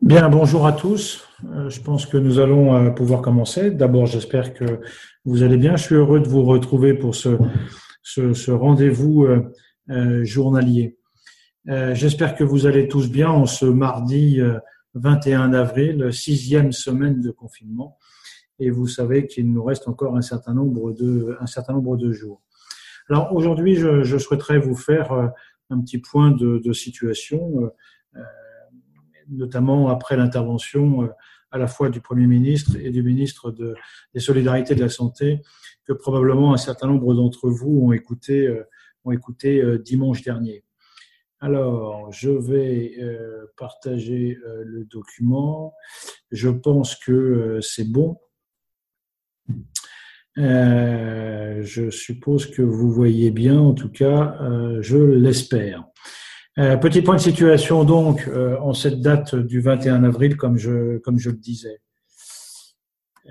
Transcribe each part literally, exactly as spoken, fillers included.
Bien, bonjour à tous. Euh, Je pense que nous allons euh, pouvoir commencer. D'abord, j'espère que vous allez bien. Je suis heureux de vous retrouver pour ce, ce, ce rendez-vous euh, euh, journalier. Euh, J'espère que vous allez tous bien en ce mardi euh, vingt et un avril, sixième semaine de confinement. Et vous savez qu'il nous reste encore un certain nombre de, un certain nombre de jours. Alors aujourd'hui, je, je souhaiterais vous faire euh, un petit point de, de situation. Euh, notamment après l'intervention à la fois du Premier ministre et du ministre de, des Solidarités et de la Santé, que probablement un certain nombre d'entre vous ont écouté, ont écouté dimanche dernier. Alors, je vais partager le document. Je pense que c'est bon. Euh, je suppose que vous voyez bien, en tout cas, euh, je l'espère. Euh, petit point de situation donc euh, en cette date du vingt et un avril, comme je comme je le disais. Euh,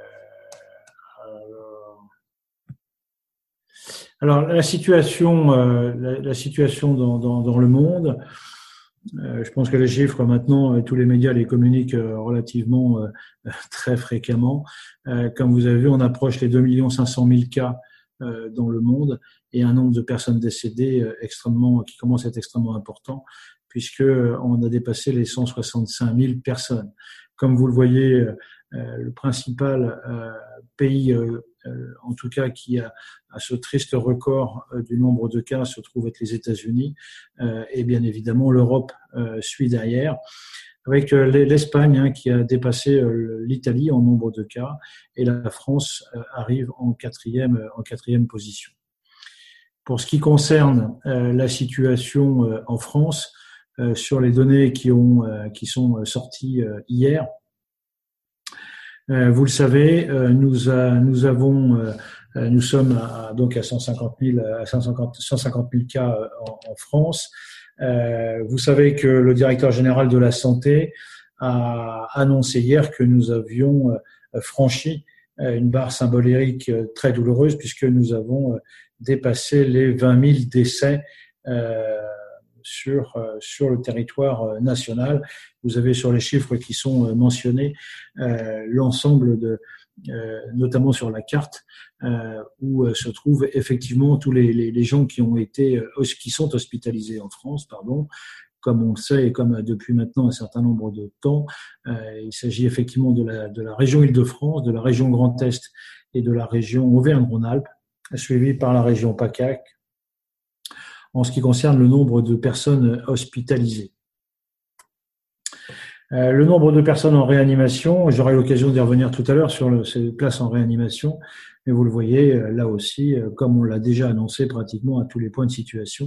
alors, alors la situation, euh, la, la situation dans, dans, dans le monde. Euh, je pense que les chiffres maintenant, tous les médias les communiquent relativement euh, très fréquemment. Euh, comme vous avez vu, on approche les deux millions cinq cent mille cas euh, dans le monde et un nombre de personnes décédées euh, extrêmement, qui commence à être extrêmement important, puisque on a dépassé les cent soixante-cinq mille personnes. Comme vous le voyez, euh, le principal euh, pays, euh, euh, en tout cas, qui a, a ce triste record euh, du nombre de cas se trouve être les États-Unis, euh, et bien évidemment l'Europe euh, suit derrière, avec euh, l'Espagne hein, qui a dépassé euh, l'Italie en nombre de cas, et la France euh, arrive en quatrième, en quatrième position. Pour ce qui concerne euh, la situation euh, en France, euh, sur les données qui, ont, euh, qui sont sorties euh, hier, euh, vous le savez, euh, nous, a, nous avons, euh, nous sommes à, donc à cent cinquante mille, à cent cinquante mille cas en, en France. Euh, vous savez que le directeur général de la santé a annoncé hier que nous avions franchi une barre symbolique très douloureuse puisque nous avons dépassé les vingt mille décès euh, sur sur le territoire national. Vous avez sur les chiffres qui sont mentionnés euh, l'ensemble de Euh, notamment sur la carte euh, où euh, se trouvent effectivement tous les, les, les gens qui ont été euh, qui sont hospitalisés en France, pardon, comme on le sait et comme depuis maintenant un certain nombre de temps. Euh, il s'agit effectivement de la, de la région Île-de-France, de la région Grand Est et de la région Auvergne-Rhône-Alpes, suivie par la région PACA en ce qui concerne le nombre de personnes hospitalisées. Euh, le nombre de personnes en réanimation, j'aurai l'occasion d'y revenir tout à l'heure sur le, ces places en réanimation, mais vous le voyez là aussi, comme on l'a déjà annoncé pratiquement à tous les points de situation.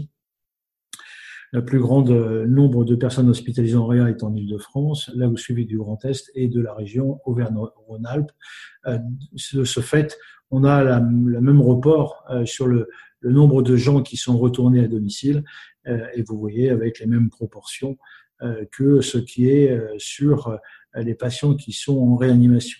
Le plus grand nombre de personnes hospitalisées en réa est en Île-de-France, là où suivi du Grand Est et de la région Auvergne-Rhône-Alpes. Euh, de ce fait, on a la, la même report euh, sur le, le nombre de gens qui sont retournés à domicile, euh, et vous voyez avec les mêmes proportions que ce qui est sur les patients qui sont en réanimation.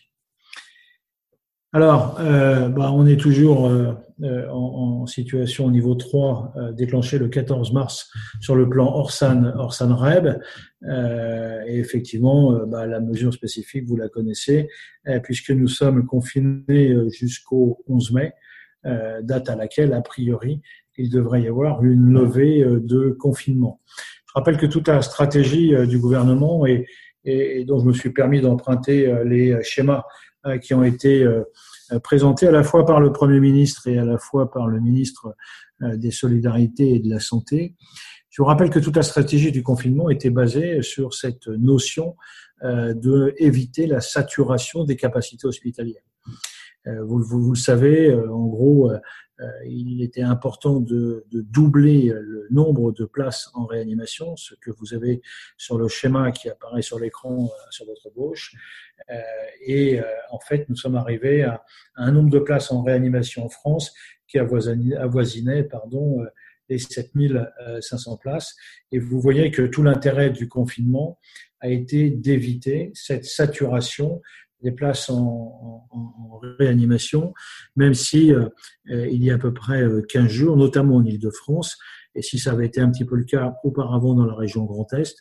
Alors, euh, bah, on est toujours euh, en, en situation au niveau trois, euh, déclenché le quatorze mars sur le plan Orsan, Orsan-REB. Euh, et effectivement, euh, bah, la mesure spécifique, vous la connaissez, euh, puisque nous sommes confinés jusqu'au onze mai, euh, date à laquelle, a priori, il devrait y avoir une levée de confinement. Je rappelle que toute la stratégie du gouvernement et, et, et dont je me suis permis d'emprunter les schémas qui ont été présentés à la fois par le Premier ministre et à la fois par le ministre des Solidarités et de la Santé. Je vous rappelle que toute la stratégie du confinement était basée sur cette notion de éviter la saturation des capacités hospitalières. Vous, vous, vous le savez, en gros, Euh, il était important de, de doubler le nombre de places en réanimation, ce que vous avez sur le schéma qui apparaît sur l'écran euh, sur votre gauche. Euh, et euh, en fait, nous sommes arrivés à, à un nombre de places en réanimation en France qui avoisinait, avoisinait pardon, euh, les sept mille cinq cents places. Et vous voyez que tout l'intérêt du confinement a été d'éviter cette saturation des places en, en, en réanimation, même si euh, il y a à peu près quinze jours, notamment en Île-de-France, et si ça avait été un petit peu le cas auparavant dans la région Grand Est,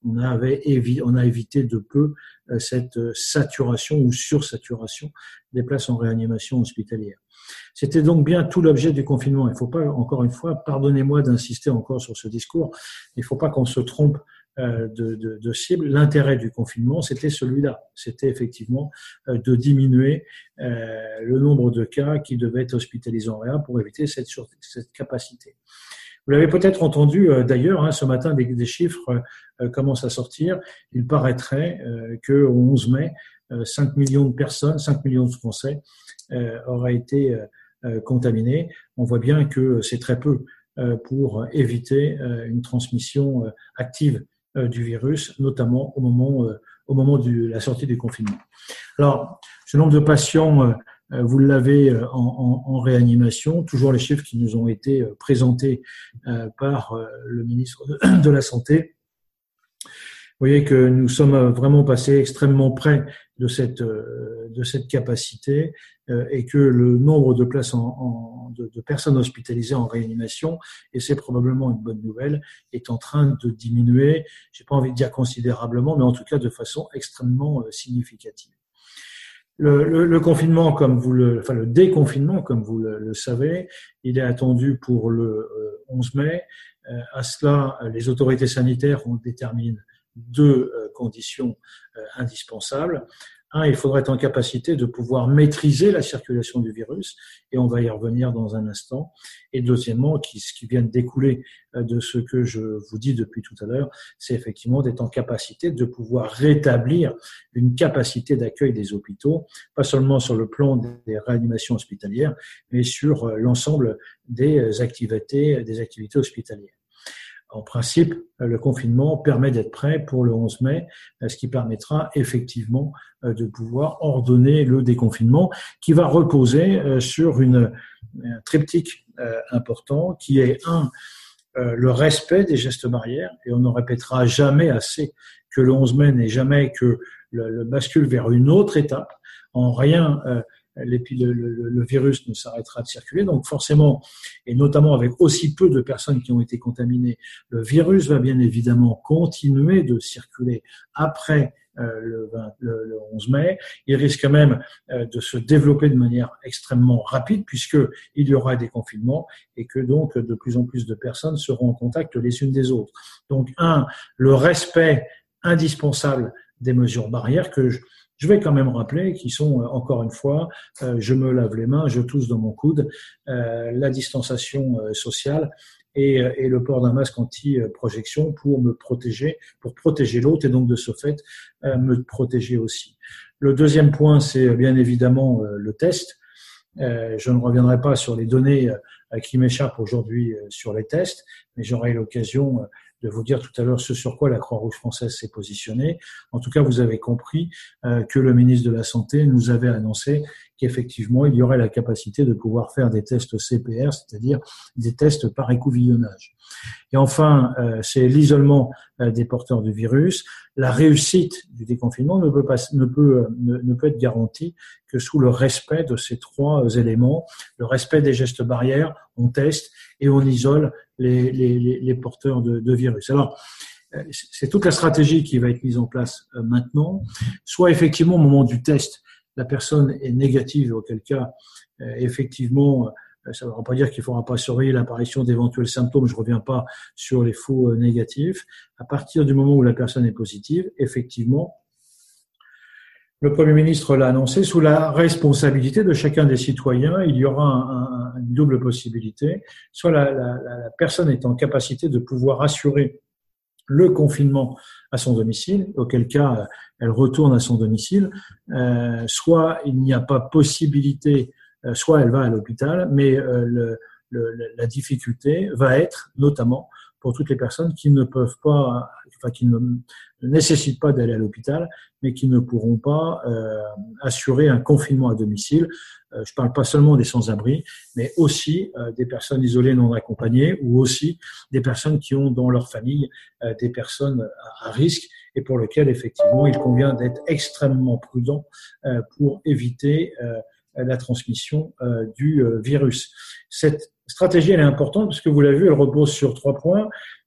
on avait évi- on a évité de peu euh, cette saturation ou sursaturation des places en réanimation hospitalière. C'était donc bien tout l'objet du confinement. Il ne faut pas, encore une fois, pardonnez-moi d'insister encore sur ce discours, il ne faut pas qu'on se trompe euh, de, de, de cible. L'intérêt du confinement, c'était celui-là. C'était effectivement euh, de diminuer euh, le nombre de cas qui devaient être hospitalisés en réa pour éviter cette, cette capacité. Vous l'avez peut-être entendu euh, d'ailleurs, hein, ce matin, des, des chiffres euh, commencent à sortir. Il paraîtrait euh, qu'au onze mai, euh, cinq millions de personnes, cinq millions de Français euh, auraient été euh, contaminés. On voit bien que c'est très peu euh, pour éviter euh, une transmission euh, active euh, du virus, notamment au moment, euh, au moment de la sortie du confinement. Alors, ce nombre de patients, euh, vous l'avez en, en, en réanimation, toujours les chiffres qui nous ont été présentés euh, par euh, le ministre de la Santé. Vous voyez que nous sommes vraiment passés extrêmement près de cette, de cette capacité euh, et que le nombre de places en, en de, de personnes hospitalisées en réanimation, et c'est probablement une bonne nouvelle, est en train de diminuer, j'ai pas envie de dire considérablement, mais en tout cas de façon extrêmement significative. Le, le, le confinement, comme vous le, enfin le déconfinement, comme vous le, le savez, il est attendu pour le onze mai. Euh, à cela, les autorités sanitaires ont déterminé deux euh, conditions euh, indispensables. Un, il faudrait être en capacité de pouvoir maîtriser la circulation du virus, et on va y revenir dans un instant. Et deuxièmement, qui, ce qui vient de découler de ce que je vous dis depuis tout à l'heure, c'est effectivement d'être en capacité de pouvoir rétablir une capacité d'accueil des hôpitaux, pas seulement sur le plan des réanimations hospitalières, mais sur l'ensemble des activités, des activités hospitalières. En principe, le confinement permet d'être prêt pour le onze mai, ce qui permettra effectivement de pouvoir ordonner le déconfinement qui va reposer sur une, un triptyque important qui est un, le respect des gestes barrières, et on ne répétera jamais assez que le onze mai n'est jamais que le, le bascule vers une autre étape. En rien, Le, le, le virus ne s'arrêtera de circuler, donc forcément, et notamment avec aussi peu de personnes qui ont été contaminées, le virus va bien évidemment continuer de circuler après euh, le, vingt, le, le onze mai. Il risque même euh, de se développer de manière extrêmement rapide puisque il y aura des confinements et que donc de plus en plus de personnes seront en contact les unes des autres. Donc un, le respect indispensable des mesures barrières que je Je vais quand même rappeler qu'ils sont, encore une fois, euh, je me lave les mains, je tousse dans mon coude, euh, la distanciation euh, sociale et, et le port d'un masque anti-projection pour me protéger, pour protéger l'autre et donc de ce fait euh, me protéger aussi. Le deuxième point, c'est bien évidemment euh, le test. Euh, je ne reviendrai pas sur les données euh, qui m'échappent aujourd'hui euh, sur les tests, mais j'aurai l'occasion euh, de vous dire tout à l'heure ce sur quoi la Croix-Rouge française s'est positionnée. En tout cas, vous avez compris euh, que le ministre de la Santé nous avait annoncé qu'effectivement, il y aurait la capacité de pouvoir faire des tests C P R, c'est-à-dire des tests par écouvillonnage. Et enfin, euh, c'est l'isolement euh, des porteurs du virus. La réussite du déconfinement ne peut pas, ne peut, ne, ne peut être garantie que sous le respect de ces trois éléments, le respect des gestes barrières, on teste et on isole les, les, les porteurs de, de virus. Alors, c'est toute la stratégie qui va être mise en place maintenant. Soit effectivement, au moment du test, la personne est négative, auquel cas, effectivement, ça ne veut pas dire qu'il ne faudra pas surveiller l'apparition d'éventuels symptômes. Je ne reviens pas sur les faux négatifs. À partir du moment où la personne est positive, effectivement, le Premier ministre l'a annoncé, sous la responsabilité de chacun des citoyens, il y aura un, un, une double possibilité. Soit la, la, la personne est en capacité de pouvoir assurer le confinement à son domicile, auquel cas elle retourne à son domicile, euh, soit il n'y a pas possibilité, euh, soit elle va à l'hôpital, mais euh, le, le, la difficulté va être notamment pour toutes les personnes qui ne peuvent pas, enfin qui ne, ne nécessitent pas d'aller à l'hôpital, mais qui ne pourront pas euh, assurer un confinement à domicile. Euh, je ne parle pas seulement des sans-abri, mais aussi euh, des personnes isolées non accompagnées ou aussi des personnes qui ont dans leur famille euh, des personnes à, à risque et pour lesquelles effectivement il convient d'être extrêmement prudent euh, pour éviter euh, la transmission euh, du euh, virus. Cette stratégie, elle est importante parce que vous l'avez vu, elle repose sur trois points.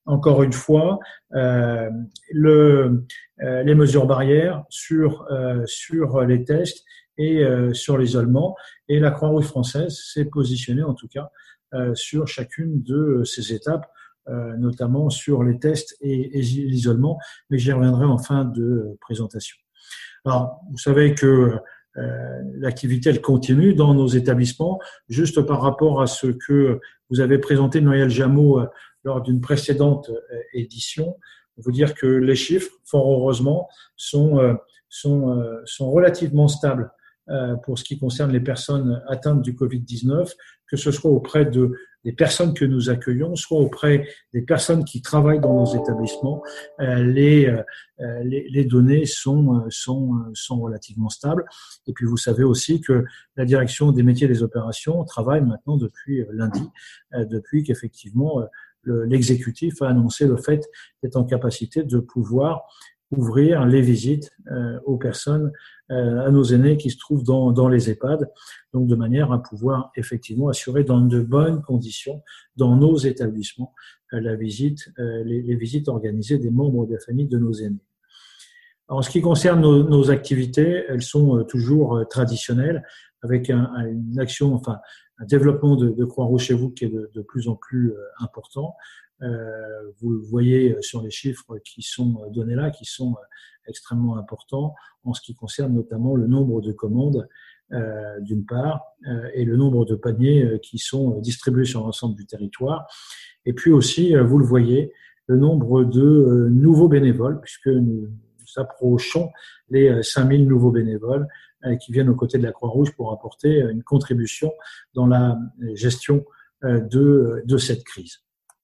encore une fois, euh, le, euh, les mesures barrières sur, euh, sur les tests et euh, sur l'isolement. Et la Croix-Rouge française s'est positionnée, en tout cas, euh, sur chacune de ces étapes, euh, notamment sur les tests et, et l'isolement, mais j'y reviendrai en fin de présentation. Alors, vous savez que euh, l'activité, elle continue dans nos établissements, juste par rapport à ce que vous avez présenté, Noël Jameau, euh, lors d'une précédente euh, édition. Vous dire que les chiffres, fort heureusement, sont, euh, sont, euh, sont relativement stables euh, pour ce qui concerne les personnes atteintes du covid dix-neuf, que ce soit auprès de des personnes que nous accueillons, soit auprès des personnes qui travaillent dans nos établissements, euh, les, euh, les, les données sont, sont, sont relativement stables. Et puis vous savez aussi que la direction des métiers et des opérations travaille maintenant depuis lundi, euh, depuis qu'effectivement euh, le, l'exécutif a annoncé le fait d'être en capacité de pouvoir ouvrir les visites euh, aux personnes, euh, à nos aînés qui se trouvent dans, dans les EHPAD, donc de manière à pouvoir effectivement assurer dans de bonnes conditions, dans nos établissements, euh, la visite, euh, les, les visites organisées des membres de la famille de nos aînés. En ce qui concerne nos, nos activités, elles sont euh, toujours euh, traditionnelles, avec un, une action, enfin un développement de, de Croix-Rouge chez vous qui est de, de plus en plus euh, important. Euh, vous le voyez sur les chiffres qui sont donnés là, qui sont extrêmement importants en ce qui concerne notamment le nombre de commandes euh, d'une part euh, et le nombre de paniers qui sont distribués sur l'ensemble du territoire. Et puis aussi, vous le voyez, le nombre de nouveaux bénévoles, puisque nous approchons les cinq mille nouveaux bénévoles euh, qui viennent aux côtés de la Croix-Rouge pour apporter une contribution dans la gestion euh, de, de cette crise.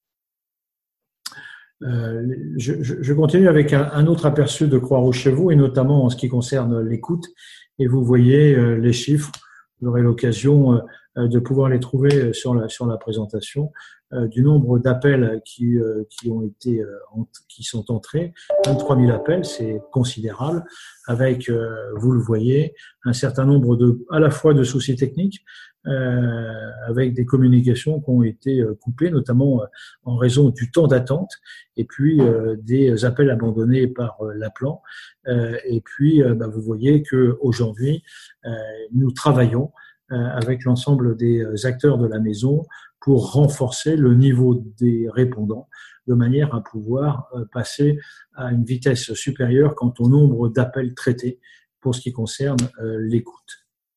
Euh, je, je continue avec un, un autre aperçu de Croix-Rouge chez vous, et notamment en ce qui concerne l'écoute. Et vous voyez euh, les chiffres. Vous aurez l'occasion euh, de pouvoir les trouver sur la, sur la présentation, euh, du nombre d'appels qui, euh, qui ont été, euh, en, qui sont entrés. vingt-trois mille appels, c'est considérable, avec, euh, vous le voyez, un certain nombre de, à la fois de soucis techniques, Euh, avec des communications qui ont été coupées, notamment en raison du temps d'attente, et puis euh, des appels abandonnés par euh, l'appelant. Euh, et puis, euh, bah, vous voyez que aujourd'hui, euh, nous travaillons euh, avec l'ensemble des acteurs de la maison pour renforcer le niveau des répondants, de manière à pouvoir euh, passer à une vitesse supérieure quant au nombre d'appels traités pour ce qui concerne euh, l'écoute.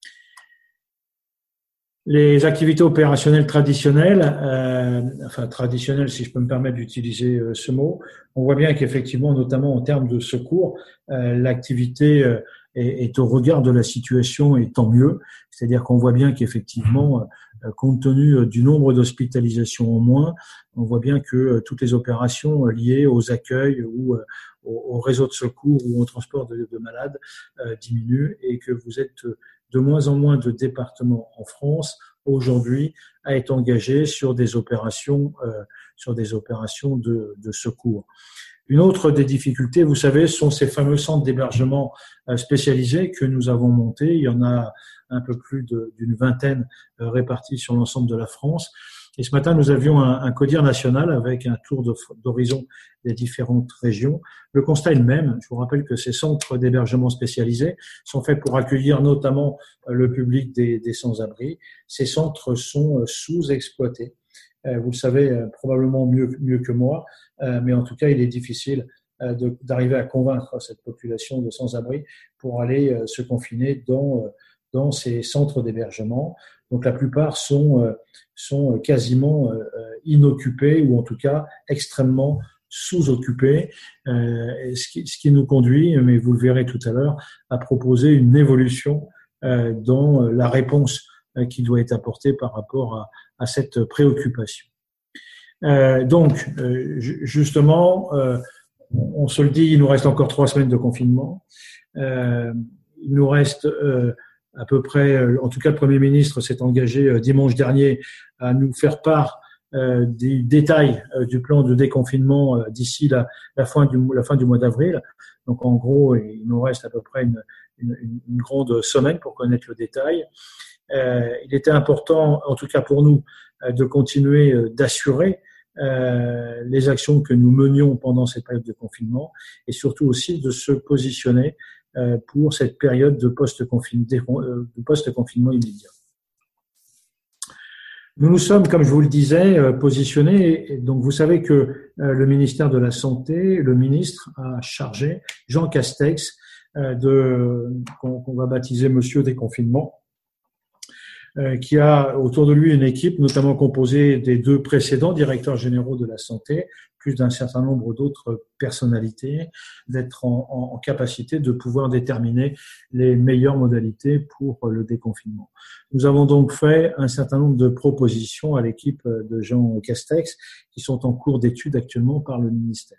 Les activités opérationnelles traditionnelles, euh, enfin traditionnelles si je peux me permettre d'utiliser euh, ce mot, on voit bien qu'effectivement, notamment en termes de secours, euh, l'activité euh, est, est au regard de la situation et tant mieux. C'est-à-dire qu'on voit bien qu'effectivement, euh, compte tenu du nombre d'hospitalisations en moins, on voit bien que euh, toutes les opérations liées aux accueils ou euh, au, au réseau de secours ou au transport de, de malades euh, diminuent, et que vous êtes de moins en moins de départements en France aujourd'hui à être engagés sur des opérations, euh, sur des opérations de, de secours. Une autre des difficultés, vous savez, sont ces fameux centres d'hébergement euh, spécialisés que nous avons montés. Il y en a un peu plus de, d'une vingtaine euh, répartis sur l'ensemble de la France. Et ce matin, nous avions un, un codir national avec un tour de, d'horizon des différentes régions. Le constat est le même. Je vous rappelle que ces centres d'hébergement spécialisés sont faits pour accueillir notamment le public des, des sans-abri. Ces centres sont sous-exploités. Vous le savez probablement mieux, mieux que moi, mais en tout cas, il est difficile de, d'arriver à convaincre cette population de sans-abri pour aller se confiner dans, dans ces centres d'hébergement. Donc la plupart sont, sont quasiment inoccupés, ou en tout cas extrêmement sous-occupés, euh, ce, qui, ce qui nous conduit, mais vous le verrez tout à l'heure, à proposer une évolution euh, dans la réponse euh, qui doit être apportée par rapport à, à cette préoccupation. Euh, donc, euh, justement, euh, on se le dit, il nous reste encore trois semaines de confinement. Euh, il nous reste euh, à peu près, en tout cas le Premier ministre s'est engagé euh, dimanche dernier à nous faire part euh, des détails euh, du plan de déconfinement euh, d'ici la, la, fin du, la fin du mois d'avril. Donc en gros, il nous reste à peu près une, une, une grande semaine pour connaître le détail. Euh, il était important, en tout cas pour nous, euh, de continuer euh, d'assurer euh, les actions que nous menions pendant cette période de confinement et surtout aussi de se positionner euh, pour cette période de post-confinement, de post-confinement immédiat. Nous nous sommes, comme je vous le disais, positionnés. Et donc, vous savez que le ministère de la Santé, le ministre a chargé Jean Castex de qu'on, qu'on va baptiser Monsieur Déconfinement, qui a autour de lui une équipe notamment composée des deux précédents directeurs généraux de la santé, plus d'un certain nombre d'autres personnalités, d'être en, en, en capacité de pouvoir déterminer les meilleures modalités pour le déconfinement. Nous avons donc fait un certain nombre de propositions à l'équipe de Jean Castex qui sont en cours d'étude actuellement par le ministère.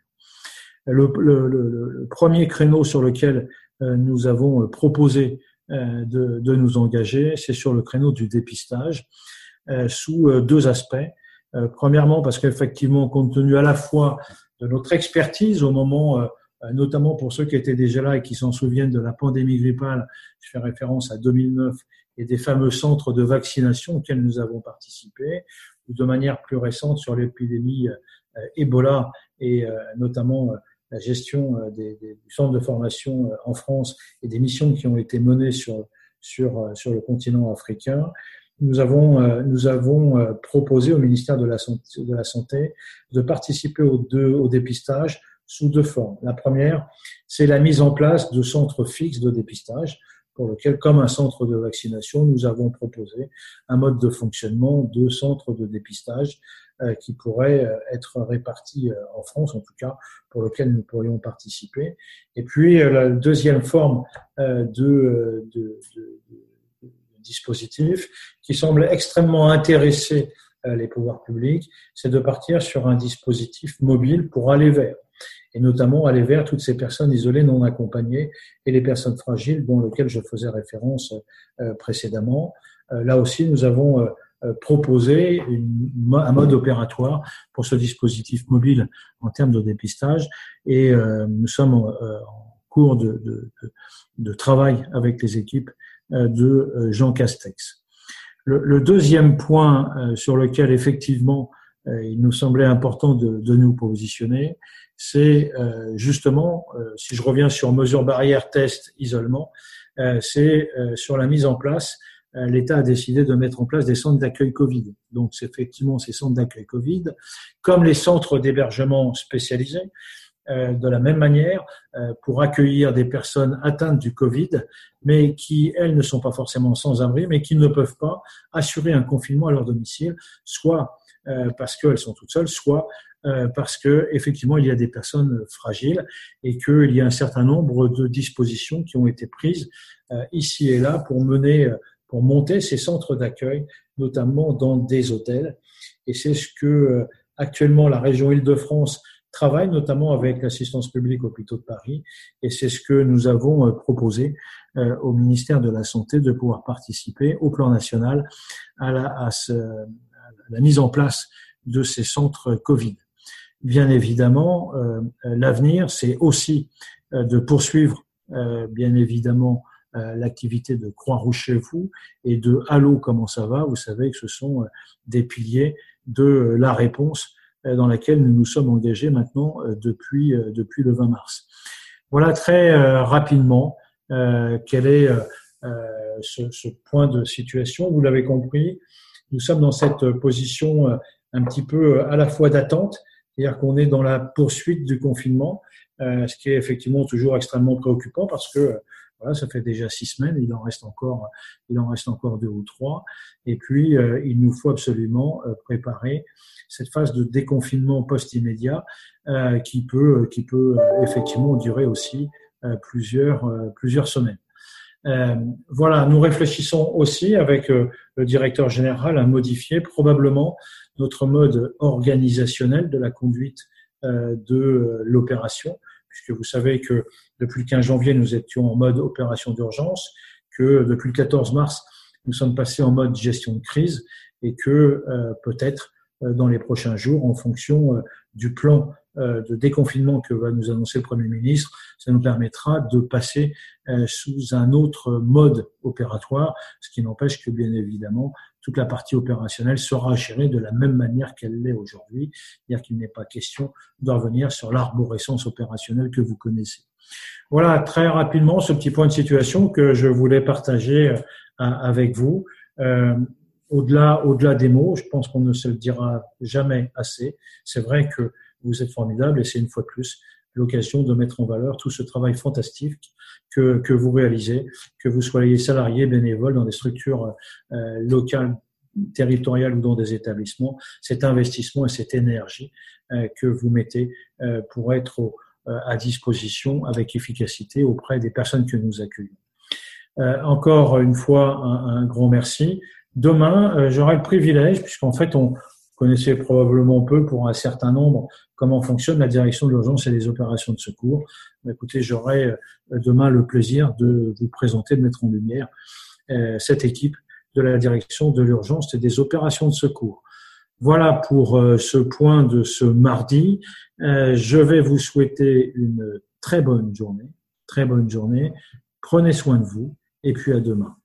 Le, le, le, le premier créneau sur lequel nous avons proposé De, de nous engager, c'est sur le créneau du dépistage, euh, sous euh, deux aspects. Euh, premièrement, parce qu'effectivement, compte tenu à la fois de notre expertise au moment, euh, notamment pour ceux qui étaient déjà là et qui s'en souviennent de la pandémie grippale, je fais référence à deux mille neuf, et des fameux centres de vaccination auxquels nous avons participé, ou de manière plus récente sur l'épidémie euh, Ebola et euh, notamment euh, la gestion des, des, du centre de formation en France et des missions qui ont été menées sur, sur, sur le continent africain, nous avons, nous avons proposé au ministère de la Santé, de la Santé de participer au, deux, au dépistage sous deux formes. La première, c'est la mise en place de centres fixes de dépistage pour lequel, comme un centre de vaccination, nous avons proposé un mode de fonctionnement de centres de dépistage euh, qui pourrait être répartis en France, en tout cas, pour lequel nous pourrions participer. Et puis, euh, la deuxième forme euh, de, de, de, de dispositif qui semble extrêmement intéresser euh, les pouvoirs publics, c'est de partir sur un dispositif mobile pour aller vers. Et notamment aller vers toutes ces personnes isolées non accompagnées et les personnes fragiles dont lesquelles je faisais référence euh, précédemment. Euh, là aussi, nous avons euh, proposé une, un mode opératoire pour ce dispositif mobile en termes de dépistage et euh, nous sommes euh, en cours de, de, de, de travail avec les équipes euh, de euh, Jean Castex. Le, le deuxième point euh, sur lequel effectivement euh, il nous semblait important de, de nous positionner, c'est euh, justement, euh, si je reviens sur mesures barrières, tests, isolement, euh, c'est euh, sur la mise en place, euh, l'État a décidé de mettre en place des centres d'accueil Covid. Donc, c'est effectivement ces centres d'accueil Covid, comme les centres d'hébergement spécialisés, euh, de la même manière, euh, pour accueillir des personnes atteintes du Covid, mais qui, elles, ne sont pas forcément sans abri, mais qui ne peuvent pas assurer un confinement à leur domicile, soit euh, parce qu'elles sont toutes seules, soit Euh, parce que effectivement il y a des personnes fragiles et qu'il y a un certain nombre de dispositions qui ont été prises euh, ici et là pour mener, pour monter ces centres d'accueil, notamment dans des hôtels. Et c'est ce que euh, actuellement la région Île-de-France travaille, notamment avec l'assistance publique Hôpitaux de Paris. Et c'est ce que nous avons euh, proposé euh, au ministère de la Santé de pouvoir participer au plan national à la, à ce, à la mise en place de ces centres Covid. Bien évidemment, euh, l'avenir, c'est aussi euh, de poursuivre, euh, bien évidemment, euh, l'activité de Croix-Rouge chez vous et de Allô, comment ça va? Vous savez que ce sont euh, des piliers de euh, la réponse euh, dans laquelle nous nous sommes engagés maintenant euh, depuis, euh, depuis le vingt mars. Voilà très euh, rapidement euh, quel est euh, ce, ce point de situation. Vous l'avez compris, nous sommes dans cette position euh, un petit peu euh, à la fois d'attente, c'est-à-dire qu'on est dans la poursuite du confinement, euh, ce qui est effectivement toujours extrêmement préoccupant parce que euh, voilà, ça fait déjà six semaines, il en reste encore, il en reste encore deux ou trois, et puis euh, il nous faut absolument euh, préparer cette phase de déconfinement post-immédiat euh, qui peut, qui peut euh, effectivement durer aussi euh, plusieurs, euh, plusieurs semaines. Euh, voilà, nous réfléchissons aussi avec euh, le directeur général à modifier probablement notre mode organisationnel de la conduite euh, de euh, l'opération, puisque vous savez que depuis le quinze janvier, nous étions en mode opération d'urgence, que depuis le quatorze mars, nous sommes passés en mode gestion de crise et que euh, peut-être euh, dans les prochains jours, en fonction euh, du plan euh, de déconfinement que va nous annoncer le Premier ministre, ça nous permettra de passer euh, sous un autre mode opératoire, ce qui n'empêche que bien évidemment, toute la partie opérationnelle sera gérée de la même manière qu'elle l'est aujourd'hui, c'est-à-dire qu'il n'est pas question de revenir sur l'arborescence opérationnelle que vous connaissez. Voilà, très rapidement, ce petit point de situation que je voulais partager euh, avec vous. Euh, au-delà, au-delà des mots, je pense qu'on ne se le dira jamais assez. C'est vrai que vous êtes formidable et c'est une fois de plus l'occasion de mettre en valeur tout ce travail fantastique que, que vous réalisez, que vous soyez salarié, bénévole dans des structures euh, locales, territoriales ou dans des établissements, cet investissement et cette énergie euh, que vous mettez euh, pour être au, euh, à disposition avec efficacité auprès des personnes que nous accueillons. Euh, encore une fois, un, un grand merci. Demain, euh, j'aurai le privilège, puisqu'en fait, on connaissait probablement peu pour un certain nombre comment fonctionne la direction de l'urgence et des opérations de secours. Écoutez, j'aurai demain le plaisir de vous présenter, de mettre en lumière euh, cette équipe de la direction de l'urgence et des opérations de secours. Voilà pour euh, ce point de ce mardi. Euh, je vais vous souhaiter une très bonne journée, très bonne journée. Prenez soin de vous et puis à demain.